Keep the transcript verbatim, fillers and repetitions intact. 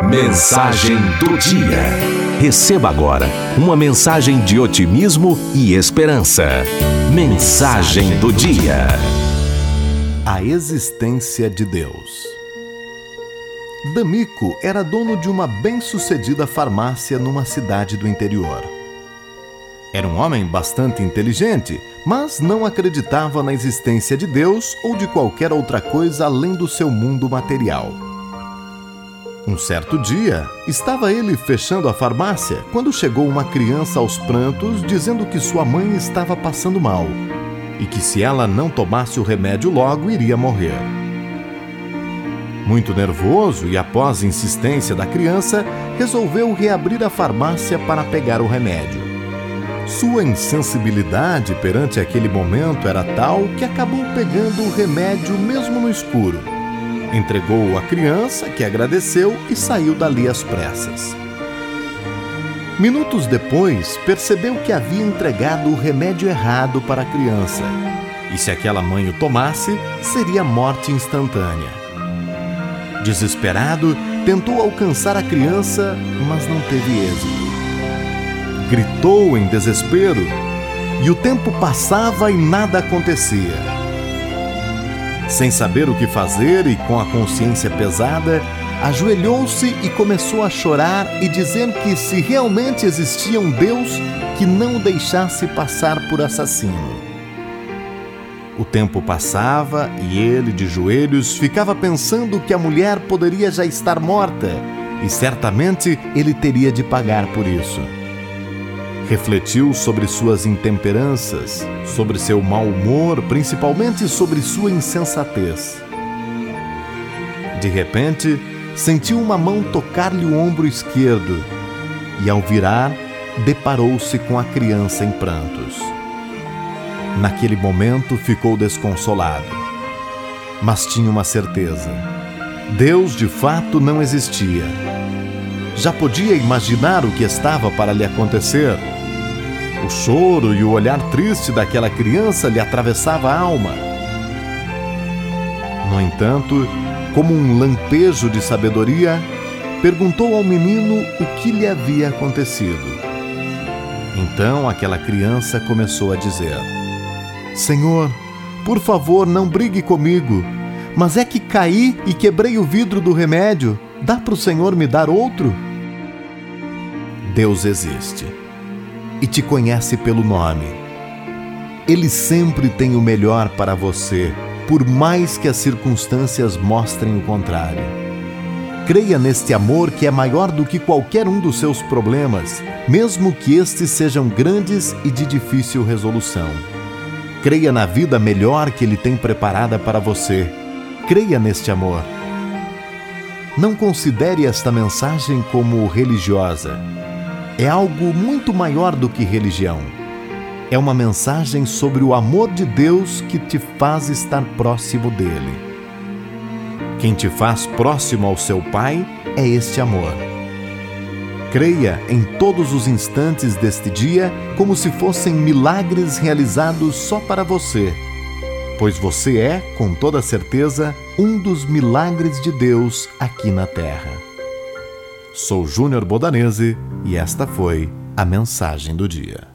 Mensagem do dia. Receba agora uma mensagem de otimismo e esperança. Mensagem do dia. A existência de Deus. D'Amico era dono de uma bem-sucedida farmácia numa cidade do interior. Era um homem bastante inteligente, mas não acreditava na existência de Deus ou de qualquer outra coisa além do seu mundo material. Um certo dia, estava ele fechando a farmácia quando chegou uma criança aos prantos dizendo que sua mãe estava passando mal e que se ela não tomasse o remédio logo iria morrer. Muito nervoso e após insistência da criança, resolveu reabrir a farmácia para pegar o remédio. Sua insensibilidade perante aquele momento era tal que acabou pegando o remédio mesmo no escuro. Entregou-o à criança, que agradeceu e saiu dali às pressas. Minutos depois, percebeu que havia entregado o remédio errado para a criança. E se aquela mãe o tomasse, seria morte instantânea. Desesperado, tentou alcançar a criança, mas não teve êxito. Gritou em desespero, e o tempo passava e nada acontecia. Sem saber o que fazer e com a consciência pesada, ajoelhou-se e começou a chorar e dizer que se realmente existia um Deus, que não o deixasse passar por assassino. O tempo passava e ele, de joelhos, ficava pensando que a mulher poderia já estar morta e certamente ele teria de pagar por isso. Refletiu sobre suas intemperanças, sobre seu mau humor, principalmente sobre sua insensatez. De repente, sentiu uma mão tocar-lhe o ombro esquerdo e, ao virar, deparou-se com a criança em prantos. Naquele momento, ficou desconsolado, mas tinha uma certeza: Deus de fato não existia. Já podia imaginar o que estava para lhe acontecer. O choro e o olhar triste daquela criança lhe atravessava a alma. No entanto, como um lampejo de sabedoria, perguntou ao menino o que lhe havia acontecido. Então aquela criança começou a dizer: Senhor, por favor, não brigue comigo, mas é que caí e quebrei o vidro do remédio. Dá para o Senhor me dar outro? Deus existe e te conhece pelo nome. Ele sempre tem o melhor para você, por mais que as circunstâncias mostrem o contrário. Creia neste amor que é maior do que qualquer um dos seus problemas, mesmo que estes sejam grandes e de difícil resolução. Creia na vida melhor que Ele tem preparada para você. Creia neste amor. Não considere esta mensagem como religiosa. É algo muito maior do que religião. É uma mensagem sobre o amor de Deus que te faz estar próximo dele. Quem te faz próximo ao seu Pai é este amor. Creia em todos os instantes deste dia como se fossem milagres realizados só para você, pois você é, com toda certeza, um dos milagres de Deus aqui na Terra. Sou Júnior Bodanese e esta foi a Mensagem do Dia.